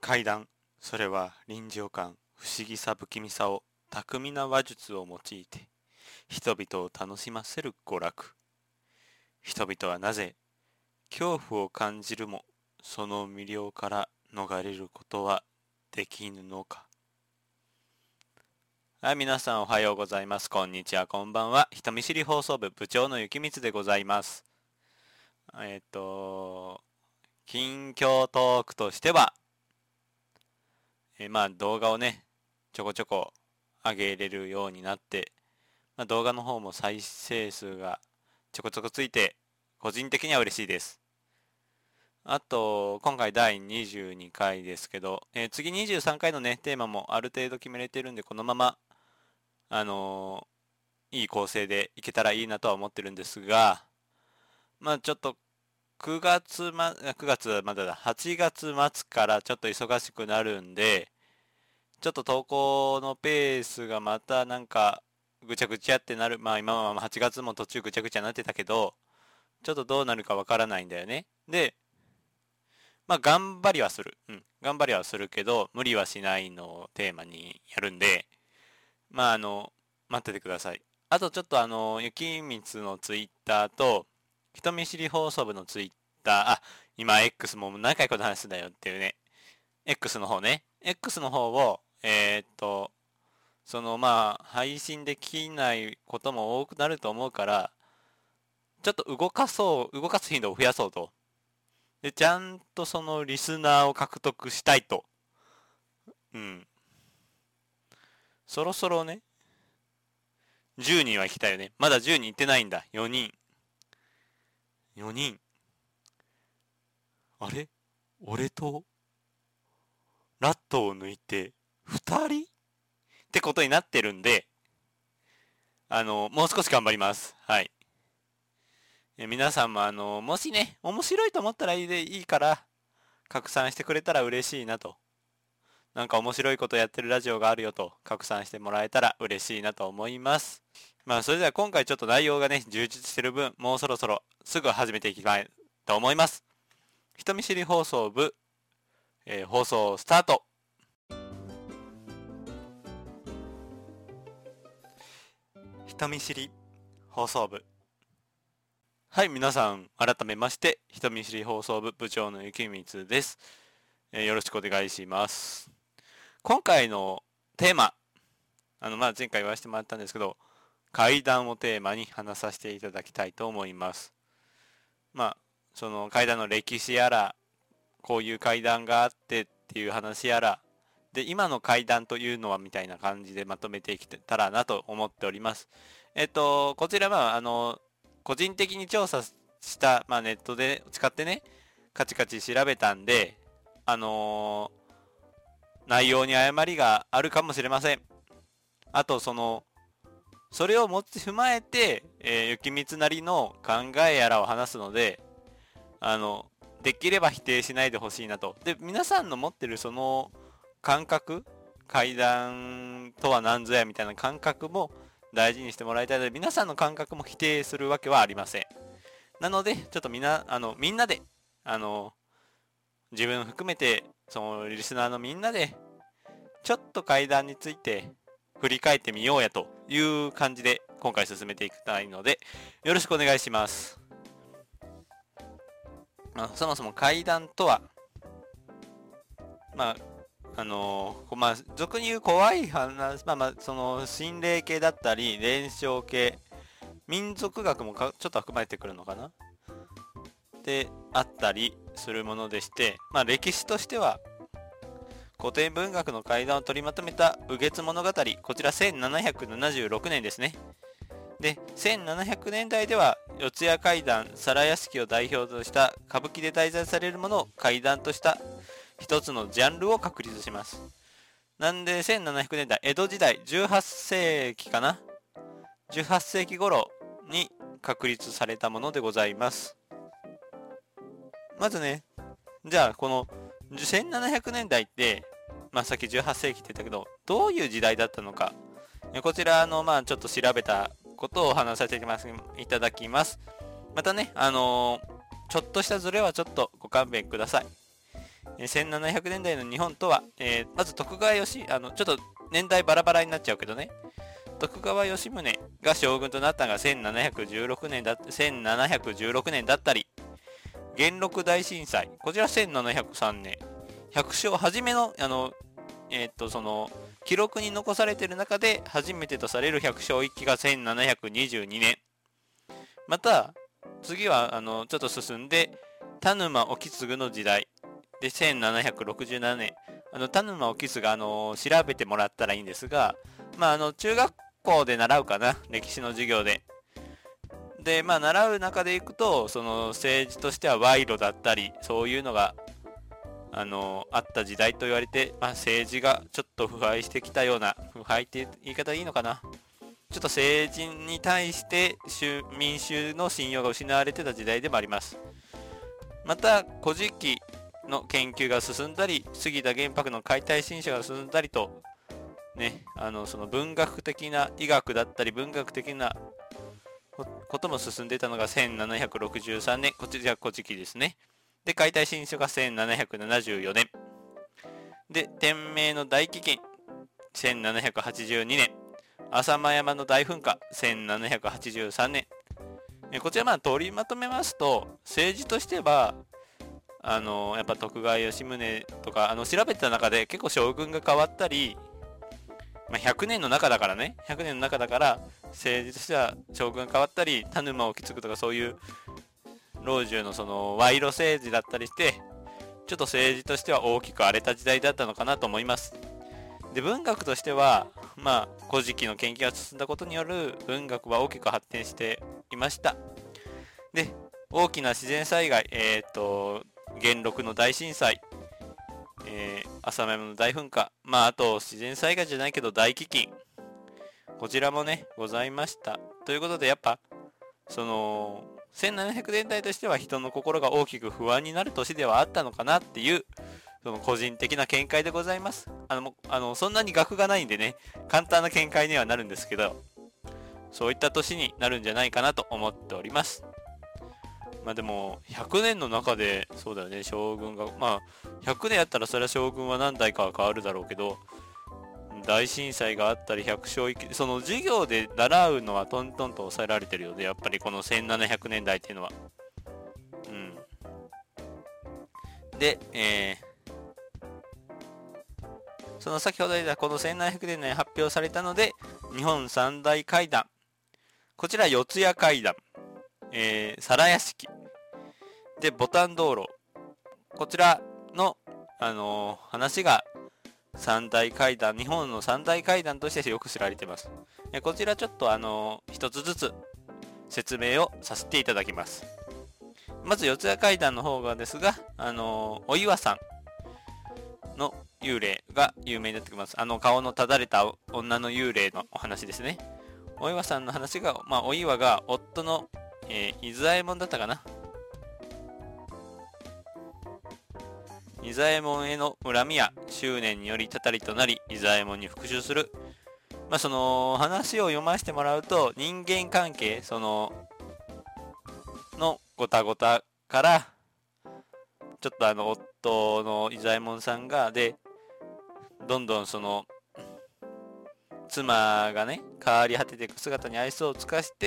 怪談、それは臨場感、不思議さ不気味さを巧みな話術を用いて人々を楽しませる娯楽。人々はなぜ恐怖を感じるもその魅了から逃れることはできぬのか。はい、皆さんおはようございます。こんにちは、こんばんは。人見知り放送部部長の雪光でございます。近況トークとしては、動画をね、ちょこちょこ上げれるようになって、動画の方も再生数がちょこちょこついて、個人的には嬉しいです。あと、今回第22回ですけど、次23回のね、テーマもある程度決めれてるんで、このまま、いい構成でいけたらいいなとは思ってるんですが、ちょっと9月はまだだ、8月末からちょっと忙しくなるんで、ちょっと投稿のペースがまたなんかぐちゃぐちゃってなる。今は8月も途中ぐちゃぐちゃになってたけど、ちょっとどうなるかわからないんだよね。で、頑張りはする。頑張りはするけど、無理はしないのをテーマにやるんで、待っててください。あとちょっと雪光のツイッターと、人見知り放送部のツイッター、今 X も何回この話だよっていうね。X の方ね。X の方を、配信できないことも多くなると思うから、ちょっと動かす頻度を増やそうと。で、ちゃんとそのリスナーを獲得したいと。そろそろね、10人は行きたいよね。まだ10人行ってないんだ。4人。あれ？俺と、ラットを抜いて、2人？ってことになってるんで、もう少し頑張ります。はい。皆さんももしね、面白いと思ったらいいから、拡散してくれたら嬉しいなと。なんか面白いことやってるラジオがあるよと、拡散してもらえたら嬉しいなと思います。それでは今回ちょっと内容がね、充実してる分、もうそろそろすぐ始めていきたいと思います。人見知り放送部、放送スタート。人見知り放送部。はい、皆さん改めまして人見知り放送部部長の雪光です。よろしくお願いします。今回のテーマ、前回言わせてもらったんですけど、怪談をテーマに話させていただきたいと思います。その怪談の歴史やら、こういう怪談があってっていう話やら、で、今の怪談というのはみたいな感じでまとめていけたらなと思っております。こちら個人的に調査した、ネットで使ってね、カチカチ調べたんで、内容に誤りがあるかもしれません。あと、それを踏まえて、雪光なりの考えやらを話すので、できれば否定しないでほしいなと。で、皆さんの持ってるその感覚、怪談とは何ぞやみたいな感覚も大事にしてもらいたいので、皆さんの感覚も否定するわけはありません。なので、ちょっとみんなで、自分含めて、そのリスナーのみんなで、ちょっと怪談について振り返ってみようやという感じで今回進めていきたいので、よろしくお願いします。そもそも怪談とは、俗に言う怖い話、その心霊系だったり、伝承系、民族学もちょっと含まれてくるのかなであったりするものでして、歴史としては、古典文学の怪談を取りまとめた雨月物語、こちら1776年ですね。で、1700年代では、四谷怪談、皿屋敷を代表とした歌舞伎で題材されるものを怪談とした一つのジャンルを確立します。なんで1700年代、江戸時代、18世紀かな ?18 世紀頃に確立されたものでございます。まずね、じゃあこの1700年代って、さっき18世紀って言ったけど、どういう時代だったのか。こちらちょっと調べたことを話させていただきます。またね、ちょっとしたズレはちょっとご勘弁ください。 1700年代の日本とは、まず徳川ちょっと年代バラバラになっちゃうけどね、徳川吉宗が将軍となったのが1716年だったり、元禄大震災、こちら1703年、百姓、初めの、その、記録に残されている中で初めてとされる百姓一揆が1722年。また、次は、ちょっと進んで、田沼意次の時代で1767年。田沼意次が、調べてもらったらいいんですが、中学校で習うかな、歴史の授業で。で、習う中でいくと、その政治としては賄賂だったり、そういうのが、あった時代と言われて、政治がちょっと腐敗してきたような、腐敗って言い方いいのかな。ちょっと政治に対して民衆の信用が失われてた時代でもあります。また、古事記の研究が進んだり、杉田玄白の解体新書が進んだりと、ね、その文学的な医学だったり、文学的なことも進んでいたのが1763年、こちら古事記ですね。で、解体新書が1774年。で、天明の大飢饉、1782年。浅間山の大噴火、1783年。こちら取りまとめますと、政治としては、やっぱ徳川吉宗とか、調べてた中で結構将軍が変わったり、100年の中だからね、100年の中だから、政治としては将軍が変わったり、田沼意次とかそういう、老中のその賄賂政治だったりして、ちょっと政治としては大きく荒れた時代だったのかなと思います。で、文学としては、古事記の研究が進んだことによる文学は大きく発展していました。で、大きな自然災害、元禄の大震災、浅間山の大噴火、あと自然災害じゃないけど大飢饉、こちらもね、ございました。ということで、やっぱ、その、1700年代としては人の心が大きく不安になる年ではあったのかなっていう、その個人的な見解でございます。そんなに学がないんでね、簡単な見解にはなるんですけど、そういった年になるんじゃないかなと思っております。でも、100年の中で、そうだよね、将軍が、100年やったらそれは将軍は何代かは変わるだろうけど、大震災があったり、百姓一揆、その授業で習うのはトントンと抑えられてるようで、やっぱりこの1700年代っていうのは。で、その先ほど言ったこの1700年代に発表されたので、日本三大怪談。こちら、四谷怪談。皿屋敷。で、牡丹道路。こちらの、話が、三大怪談、日本の三大怪談としてよく知られています。こちらちょっと一つずつ説明をさせていただきます。まず四谷怪談の方がですが、お岩さんの幽霊が有名になってきます。顔のただれた女の幽霊のお話ですね。お岩さんの話が、お岩が夫の、伊左衛門だったかな。伊左衛門への恨みや執念によりたたりとなり、伊左衛門に復讐する。その話を読ませてもらうと、人間関係、のごたごたから、ちょっと夫の伊左衛門さんが、で、どんどん妻がね、変わり果てていく姿に愛想を尽かして、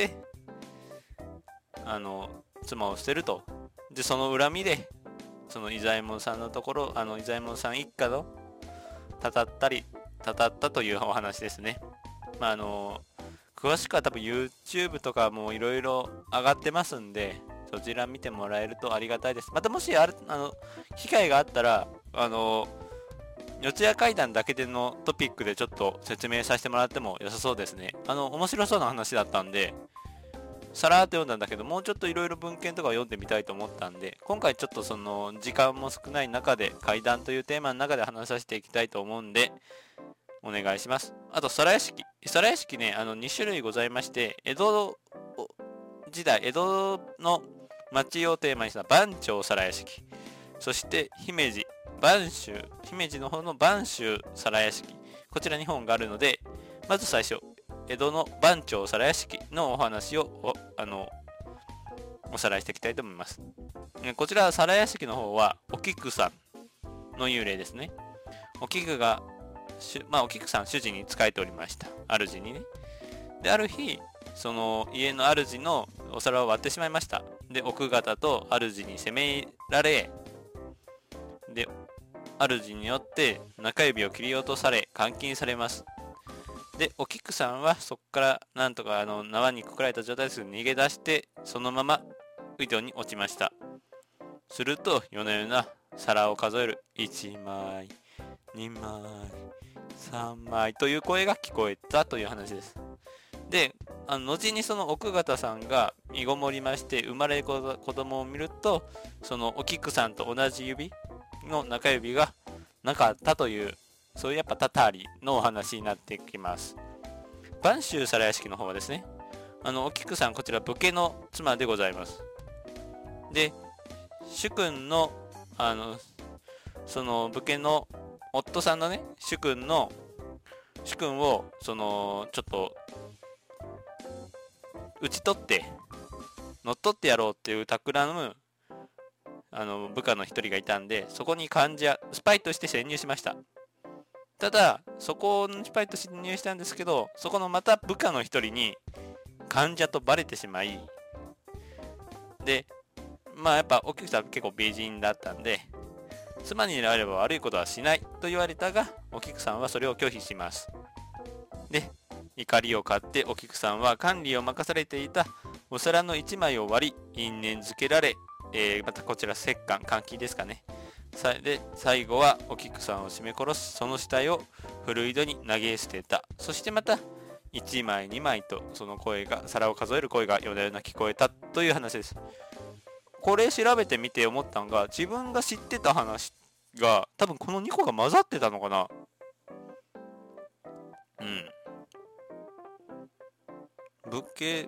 妻を捨てると。で、その恨みで、その伊左衛門さんのところ、伊左衛門さん一家のたたったというお話ですね。詳しくは多分 YouTube とかもいろいろ上がってますんで、そちら見てもらえるとありがたいです。またもし機会があったら、四谷怪談だけでのトピックでちょっと説明させてもらっても良さそうですね。面白そうな話だったんで、さらーっと読んだんだけど、もうちょっといろいろ文献とかを読んでみたいと思ったんで、今回ちょっと時間も少ない中で、怪談というテーマの中で話させていきたいと思うんで、お願いします。あと、皿屋敷。皿屋敷ね、2種類ございまして、江戸時代、江戸の町をテーマにした番町皿屋敷。そして、姫路の方の播州皿屋敷。こちら2本があるので、まず最初、江戸の番町皿屋敷のお話をおさらいしていきたいと思います。こちら皿屋敷の方はお菊さんの幽霊ですね。お菊がお菊さん主人に仕えておりました。主にね。で、ある日、その家の主のお皿を割ってしまいました。で、奥方と主に責められ、で、主によって中指を切り落とされ、監禁されます。で、お菊さんはそこからなんとか縄にくくられた状態です逃げ出して、そのまま井戸に落ちました。すると、夜な夜な皿を数える1枚、2枚、3枚という声が聞こえたという話です。で、後にその奥方さんが身ごもりまして生まれる子供を見ると、そのお菊さんと同じ指の中指がなかったという、そういうやっぱたたりのお話になってきます。播州皿屋敷の方はですね、お菊さんこちら武家の妻でございます。で、主君のその武家の夫さんのね、主君をそのちょっと討ち取って乗っ取ってやろうっていう企む部下の一人がいたんで、そこにスパイとして潜入しました。ただそこのスパイとして潜入したんですけど、そこのまた部下の一人に患者とバレてしまい、でやっぱお菊さん結構美人だったんで、妻になれば悪いことはしないと言われたが、お菊さんはそれを拒否します。で、怒りを買ってお菊さんは管理を任されていたお皿の1枚を割り因縁づけられ、またこちら折檻監禁ですかね。で、最後はお菊さんを絞め殺し、その死体を古井戸に投げ捨てた。そしてまた1枚2枚とその皿を数える声が夜な夜な聞こえたという話です。これ調べてみて思ったのが、自分が知ってた話が多分この2個が混ざってたのかな。武家、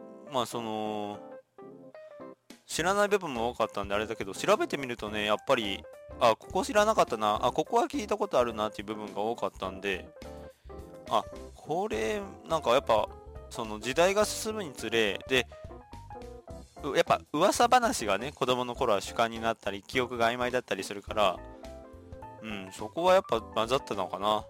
知らない部分も多かったんであれだけど、調べてみるとね、やっぱりここ知らなかったな、ここは聞いたことあるなっていう部分が多かったんで、これなんかやっぱその時代が進むにつれで、やっぱ噂話がね、子供の頃は主観になったり記憶が曖昧だったりするから、そこはやっぱ混ざったのかな。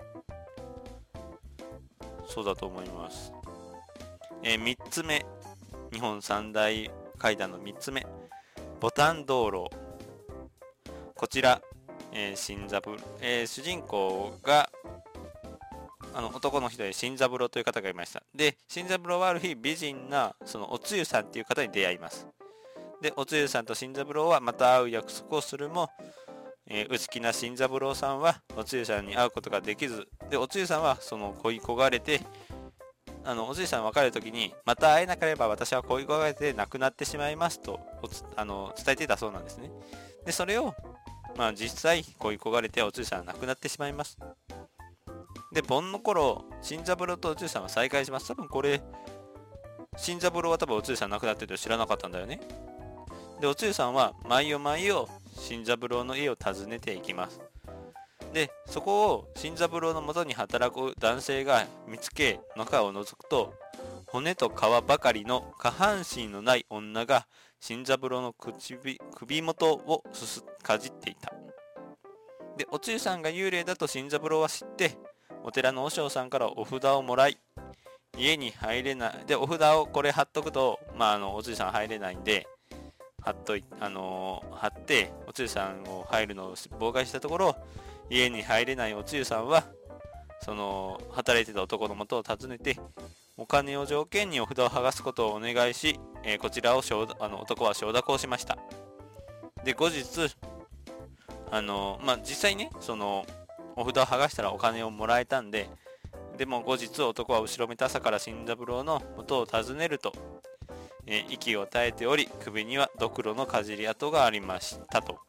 そうだと思います。3つ目、日本三大怪談の3つ目、ボタン道路。こちら、主人公が男の人で新三郎という方がいました。で、新三郎はある日美人なそのおつゆさんっていう方に出会います。で、おつゆさんと新三郎はまた会う約束をするも、内気な新三郎さんはおつゆさんに会うことができず、で、おつゆさんはその恋焦がれて、おつゆさん別れる時に、また会えなければ私は恋焦がれて亡くなってしまいますと伝えていたそうなんですね。で、それを実際恋焦がれておつゆさんは亡くなってしまいます。で、盆の頃、新三郎とおつゆさんは再会します。多分これ、新三郎は多分おつゆさん亡くなってると知らなかったんだよね。で、おつゆさんは毎夜毎夜新三郎の家を訪ねていきます。で、そこを新三郎の元に働く男性が見つけ、中を覗くと、骨と皮ばかりの下半身のない女が新三郎の首元をかじっていた。で、おつゆさんが幽霊だと新三郎は知って、お寺の和尚さんからお札をもらい、家に入れない。で、お札をこれ貼っとくと、おつゆさん入れないんで、貼って、おつゆさんを入るのを妨害したところ、家に入れないおつゆさんは、その、働いてた男の元を訪ねて、お金を条件にお札を剥がすことをお願いし、こちらを男は承諾をしました。で、後日、実際ね、その、お札を剥がしたらお金をもらえたんで、でも後日男は後ろめたさから新三郎の元を訪ねると、息を絶えており、首にはドクロのかじり跡がありましたと。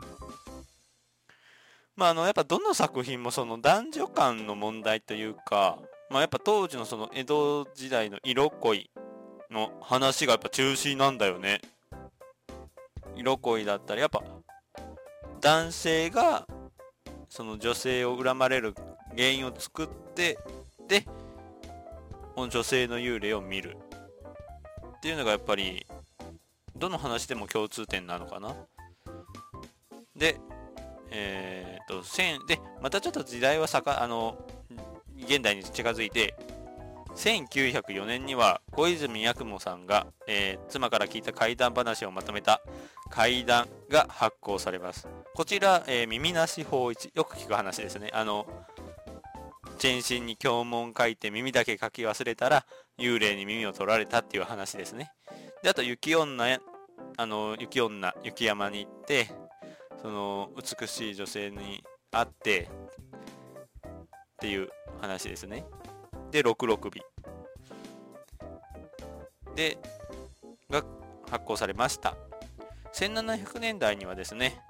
やっぱどの作品もその男女間の問題というか、やっぱ当時のその江戸時代の色恋の話がやっぱ中心なんだよね。色恋だったり、やっぱ男性がその女性を恨まれる原因を作って、で、女性の幽霊を見るっていうのがやっぱりどの話でも共通点なのかな。で、 でまたちょっと時代は現代に近づいて、1904年には小泉八雲さんが、妻から聞いた怪談話をまとめた怪談が発行されます。こちら、耳なし法一、よく聞く話ですね。全身に経文書いて耳だけ書き忘れたら幽霊に耳を取られたっていう話ですね。で、あと雪山に行ってその美しい女性に会ってっていう話ですね。で、六六尾でが発行されました。1700年代にはですね、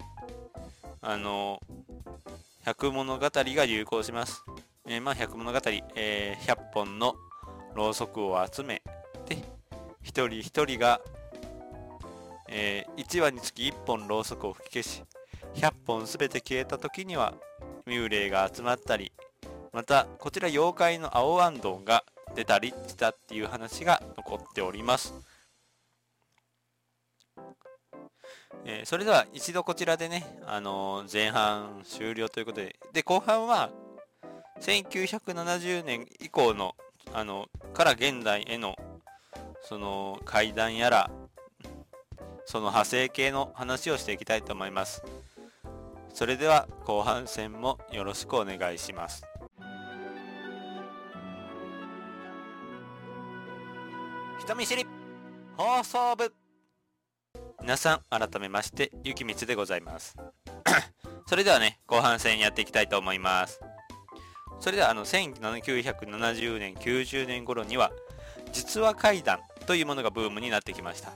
百物語が流行します。百物語、100本のろうそくを集めて、一人一人が、1話につき1本ろうそくを吹き消し、100本すべて消えた時には幽霊が集まったり、またこちら妖怪の青あんどんが出たりしたっていう話が残っております。それでは一度こちらでね、前半終了ということで、後半は1970年以降のから現代へのその怪談やらその派生系の話をしていきたいと思います。それでは後半戦もよろしくお願いします。人見知り放送部、皆さん改めましてゆきみつでございますそれではね、後半戦やっていきたいと思います。それでは1970年90年頃には実話怪談というものがブームになってきました。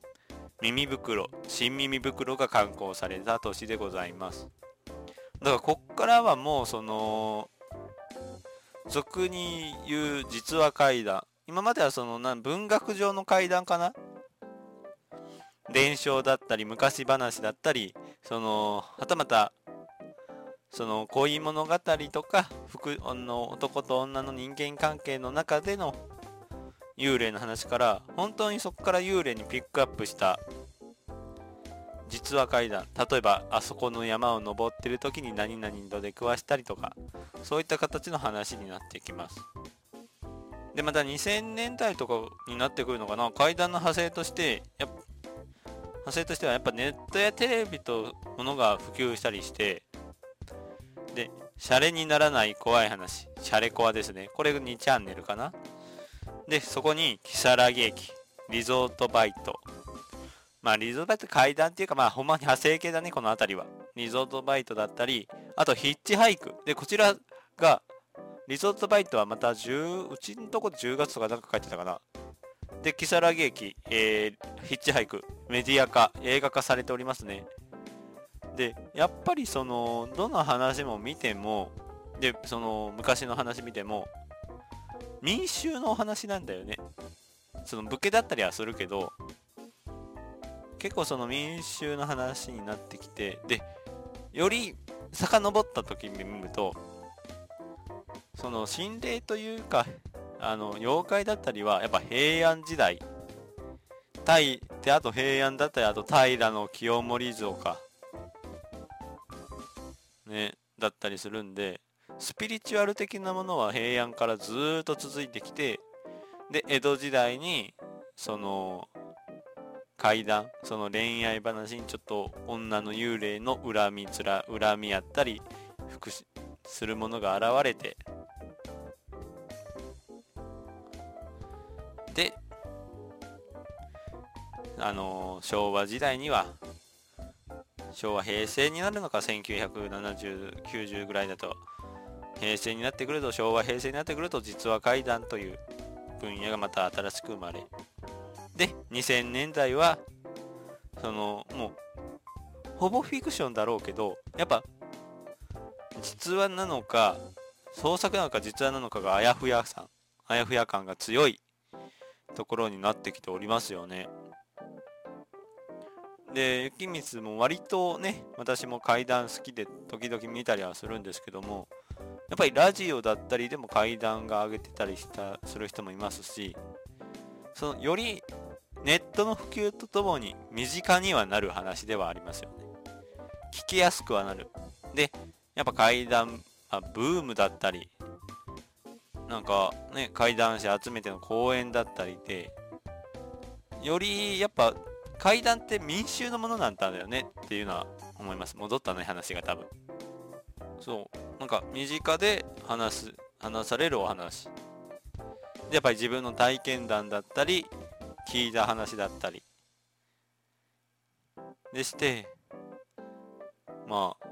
新耳袋が刊行された年でございます。だからこっからはもうその俗に言う実話怪談、今まではその文学上の怪談かな、伝承だったり昔話だったり、はたまたその恋物語とか男と女の人間関係の中での幽霊の話から、本当にそこから幽霊にピックアップした実話怪談、例えばあそこの山を登ってる時に何々と出くわしたりとか、そういった形の話になってきます。でまた2000年代とかになってくるのかな、怪談の派生としてはやっぱネットやテレビとものが普及したりして、でシャレにならない怖い話、シャレコアですね、これ2チャンネルかな。でそこに如月駅、リゾートバイト、リゾートバイト怪談っていうかほんまに派生系だね、この辺りは。リゾートバイトだったり、あとヒッチハイクで、こちらがリゾートバイトはまたうちのとこで10月とかなんか書いてたかな。で如月駅、ヒッチハイクメディア化、映画化されておりますね。でやっぱりどの話も見ても、で昔の話見ても民衆のお話なんだよね。武家だったりはするけど、結構民衆の話になってきて、でより遡った時に見ると、心霊というか妖怪だったりはやっぱ平安時代で、あと平安だったり、あと平清盛像かねだったりするんで、スピリチュアル的なものは平安からずーっと続いてきて、で江戸時代に怪談、恋愛話にちょっと女の幽霊の恨みやったりするものが現れて、で昭和時代には、平成になるのか、1970、90ぐらいだと、平成になってくると、平成になってくると実話怪談という分野がまた新しく生まれ、で2000年代はもうほぼフィクションだろうけど、やっぱ実話なのか創作なのか実話なのかがあやふや感が強いところになってきておりますよね。で雪光も割とね、私も怪談好きで時々見たりはするんですけども、やっぱりラジオだったりでも怪談が上げてたりする人もいますし、よりネットの普及とともに身近にはなる話ではありますよね。聞きやすくはなる。 で、やっぱ怪談、ブームだったり、なんかね、怪談師集めての公演だったりで、よりやっぱ怪談って民衆のものなんだよねっていうのは思います。戻ったね、話が多分。そう。なんか身近で話されるお話。で、やっぱり自分の体験談だったり、聞いた話だったり。でして、まあ、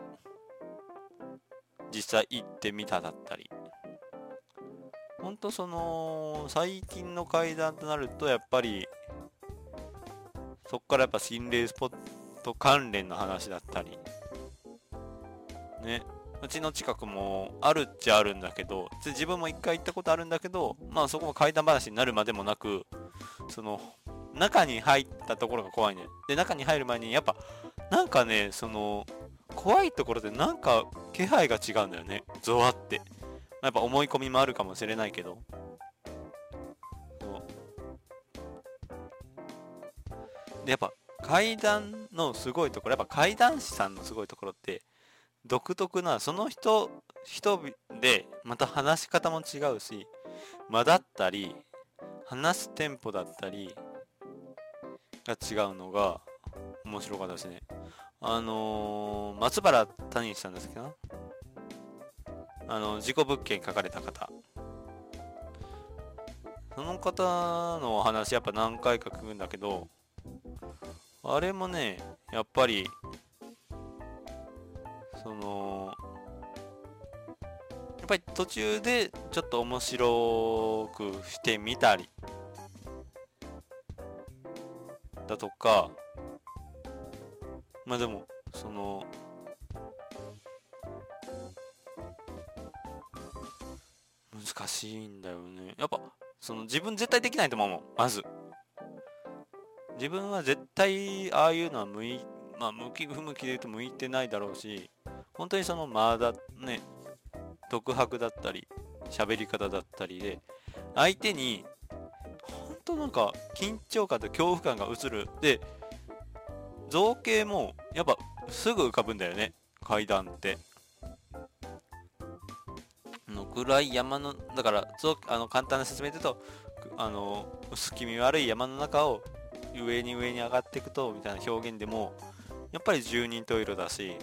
実際行ってみただったり。ほんと最近の怪談となると、やっぱり、そっからやっぱ心霊スポット関連の話だったり。ね。うちの近くもあるっちゃあるんだけど、自分も一回行ったことあるんだけど、まあそこも怪談話になるまでもなく、中に入ったところが怖いね。で、中に入る前に、やっぱ、なんかね、怖いところでなんか気配が違うんだよね。ゾワって。やっぱ思い込みもあるかもしれないけど。そうで、やっぱ怪談のすごいところ、やっぱ怪談師さんのすごいところって、独特な、その人で、また話し方も違うし、間だったり、話すテンポだったり、が違うのが面白かったですね。松原谷さんですけど、事故物件書かれた方。その方のお話やっぱ何回か聞くんだけど、あれもね、やっぱり、やっぱり途中でちょっと面白くしてみたり、だとか、まあでも、難しいんだよね。やっぱ、自分絶対できないと思うもん、まず。自分は絶対、ああいうのは向き不向きで言うと向いてないだろうし、本当にね、独白だったり、喋り方だったりで、相手に、本当なんか、緊張感と恐怖感が映る。で、造形も、やっぱ、すぐ浮かぶんだよね、階段って。暗い山の、だから、簡単な説明で言うと、薄気味悪い山の中を上に上に上がっていくと、みたいな表現でも、やっぱり十人十色だし、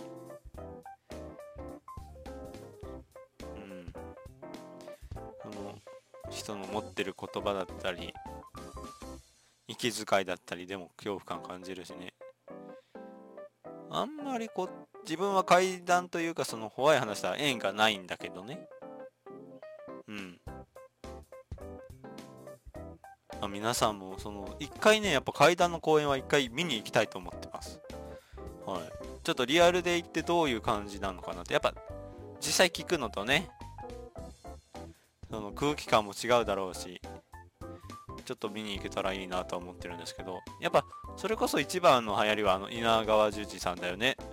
人の持ってる言葉だったり、息遣いだったりでも恐怖感感じるしね。あんまり自分は怪談というか怖い話とは縁がないんだけどね。皆さんも一回ね、やっぱ怪談の公演は一回見に行きたいと思ってます。はい。ちょっとリアルで行ってどういう感じなのかなって、やっぱ実際聞くのとね、空気感も違うだろうし、ちょっと見に行けたらいいなとは思ってるんですけど、やっぱそれこそ一番の流行りは稲川淳二さんだよね。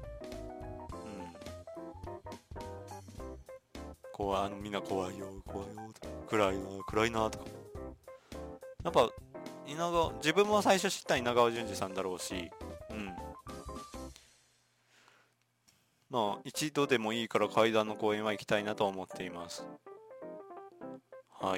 みんな怖いよ暗いなとか、やっぱ自分も最初知った稲川淳二さんだろうし、まあ一度でもいいから怪談の公演は行きたいなと思っています。はい。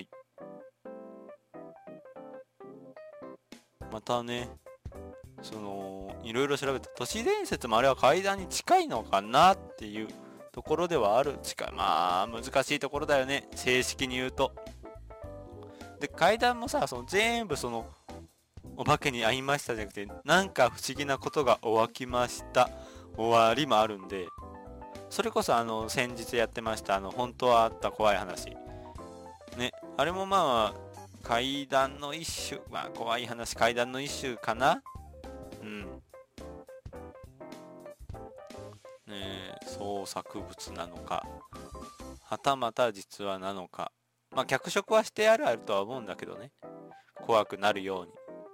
またね、いろいろ調べた都市伝説もあれは怪談に近いのかなっていうところではある。まあ難しいところだよね、正式に言うと。で、怪談もさ、全部お化けに会いましたじゃなくて、なんか不思議なことが起きました終わりもあるんで、それこそ先日やってました本当はあった怖い話ね、あれもまあ怪談の一種、まあ怖い話怪談の一種かな。創作物なのか、はたまた実話なのか、まあ脚色はしてあるとは思うんだけどね、怖くなるように。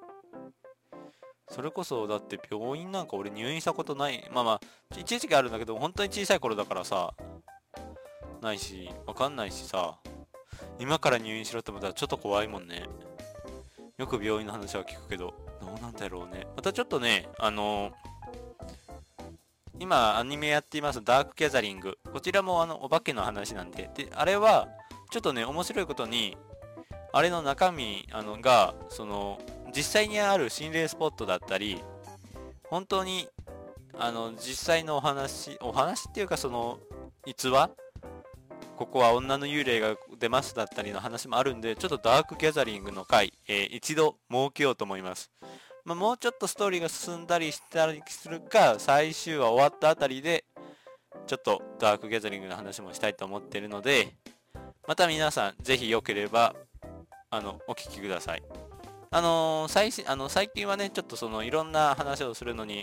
それこそだって病院なんか俺入院したことない。まあ一時期あるんだけど、本当に小さい頃だからさ、ないしわかんないしさ、今から入院しろって思ったらちょっと怖いもんね。よく病院の話は聞くけど、どうなんだろうね。またちょっとね、 今アニメやっていますダークギャザリング。こちらもお化けの話なんで。で、あれは、ちょっとね、面白いことに、あれの中身、が、実際にある心霊スポットだったり、本当に、実際のお話っていうか逸話ここは女の幽霊が出ますだったりの話もあるんで、ちょっとダークギャザリングの回、一度設けようと思います。もうちょっとストーリーが進んだりしたりするか、最終話終わったあたりで、ちょっとダークギャザリングの話もしたいと思っているので、また皆さん、ぜひよければ、お聞きください。最近はね、ちょっといろんな話をするのに、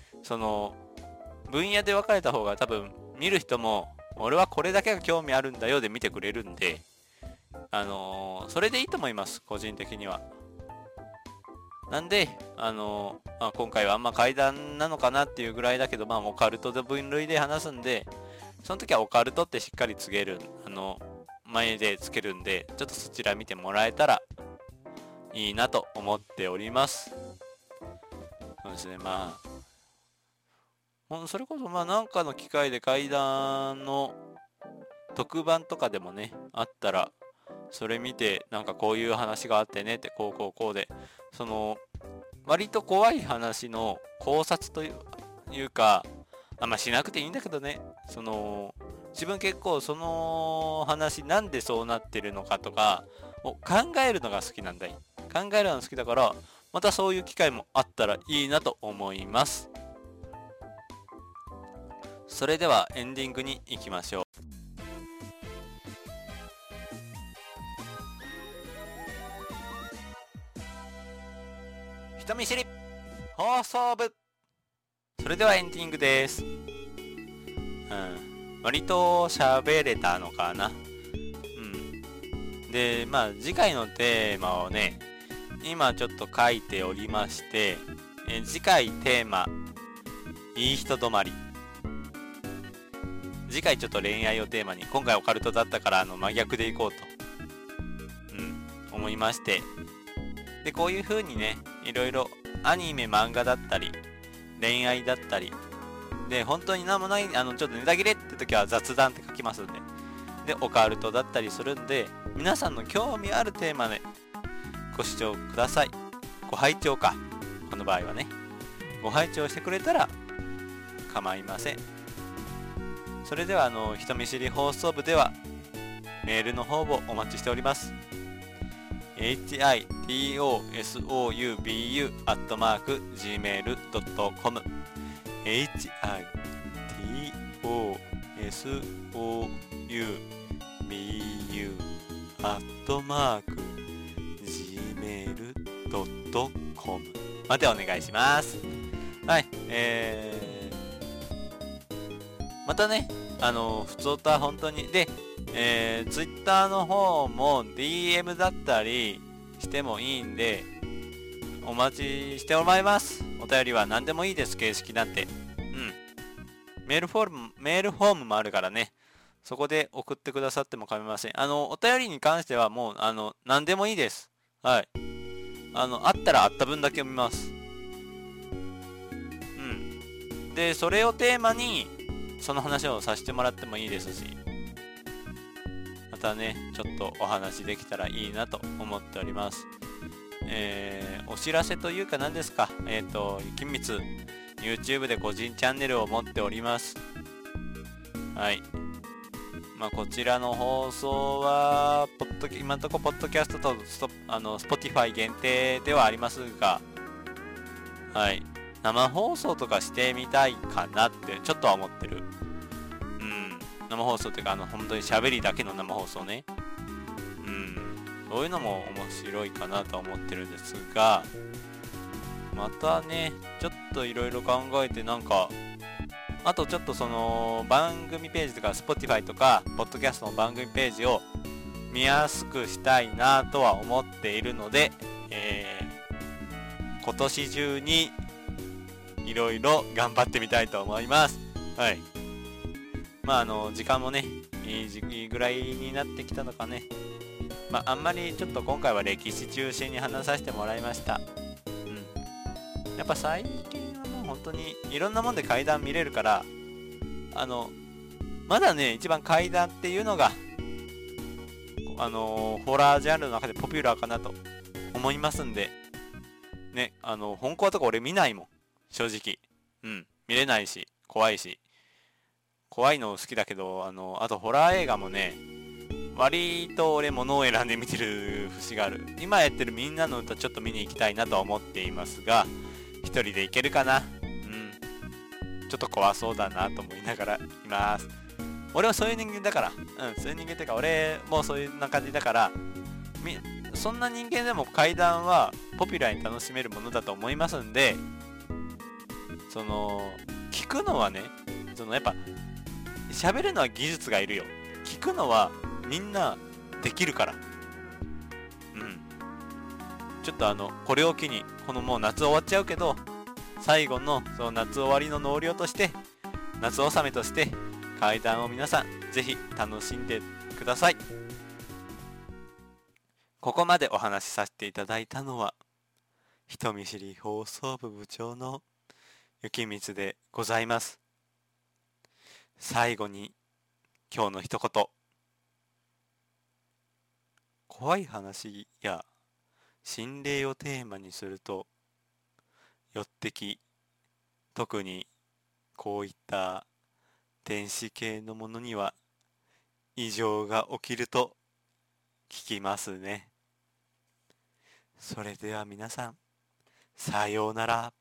分野で分かれた方が多分、見る人も、俺はこれだけが興味あるんだよで見てくれるんで、それでいいと思います、個人的には。なんで、今回は怪談なのかなっていうぐらいだけど、オカルトで分類で話すんで、その時はオカルトってしっかり告げる、前でつけるんで、ちょっとそちら見てもらえたらいいなと思っております。そうですね、それこそなんかの機会で怪談の特番とかでもね、あったら、それ見て、なんかこういう話があってねって、こうで、割と怖い話の考察というか、しなくていいんだけどね、自分結構その話なんでそうなってるのかとかを考えるのが好きなんだい。考えるのが好きだから、またそういう機会もあったらいいなと思います。それではエンディングに行きましょう。人見知り放送部。それではエンディングです。割と喋れたのかな。で、次回のテーマをね、今ちょっと書いておりまして、次回テーマ、いい人止まり。次回ちょっと恋愛をテーマに、今回オカルトだったから真逆でいこうと、思いまして。で、こういう風にね、いろいろアニメ、漫画だったり、恋愛だったり、で、本当になんもない、ちょっとネタ切れって時は雑談って書きますんで、で、オカルトだったりするんで、皆さんの興味あるテーマでご視聴ください。ご拝聴か。この場合はね。ご拝聴してくれたら構いません。それでは、人見知り放送部では、メールの方をお待ちしております。hitoubu@gmail.com hitoubu@gmail.com までお願いします。はい、またね、普通とは本当に、で、Twitter の方も DM だったりしてもいいんで、お待ちしております。お便りは何でもいいです、形式なんて。メールフォームもあるからね、そこで送ってくださっても構いません。お便りに関してはもう、何でもいいです。はい。あったらあった分だけ読みます。で、それをテーマに、その話をさせてもらってもいいですし、またね、ちょっとお話できたらいいなと思っております。お知らせというか何ですか、金密 YouTube で個人チャンネルを持っております。はい。こちらの放送は今のところポッドキャストとSpotify 限定ではありますが、はい。生放送とかしてみたいかなってちょっとは思ってる。生放送っていうか本当に喋りだけの生放送ね。そういうのも面白いかなと思ってるんですが、またね、ちょっといろいろ考えてあとちょっと番組ページとか Spotify とかポッドキャストの番組ページを見やすくしたいなとは思っているので、今年中にいろいろ頑張ってみたいと思います。はい。時間もね、いいぐらいになってきたのかね。あんまりちょっと今回は歴史中心に話させてもらいました。やっぱ最近はもう本当にいろんなもんで怪談見れるから、まだね、一番怪談っていうのが、ホラージャンルの中でポピュラーかなと思いますんで、ね、本コアとか俺見ないもん。正直。見れないし、怖いし。怖いの好きだけど、あとホラー映画もね、割と俺物を選んで見てる節がある。今やってるみんなの歌ちょっと見に行きたいなとは思っていますが、一人で行けるかな。ちょっと怖そうだなと思いながらいます。俺はそういう人間だから。そういう人間っていうか、俺もそういう感じだから、そんな人間でも怪談はポピュラーに楽しめるものだと思いますんで、聞くのはね、やっぱ、喋るのは技術がいるよ。聞くのはみんなできるから。ちょっとこれを機に、もう夏終わっちゃうけど、最後のその夏終わりの納涼として、夏納めとして、怪談を皆さんぜひ楽しんでください。ここまでお話しさせていただいたのは、人見知り放送部部長の雪光でございます。最後に今日の一言。怖い話や心霊をテーマにすると寄ってき、特にこういった電子系のものには異常が起きると聞きますね。それでは皆さん、さようなら。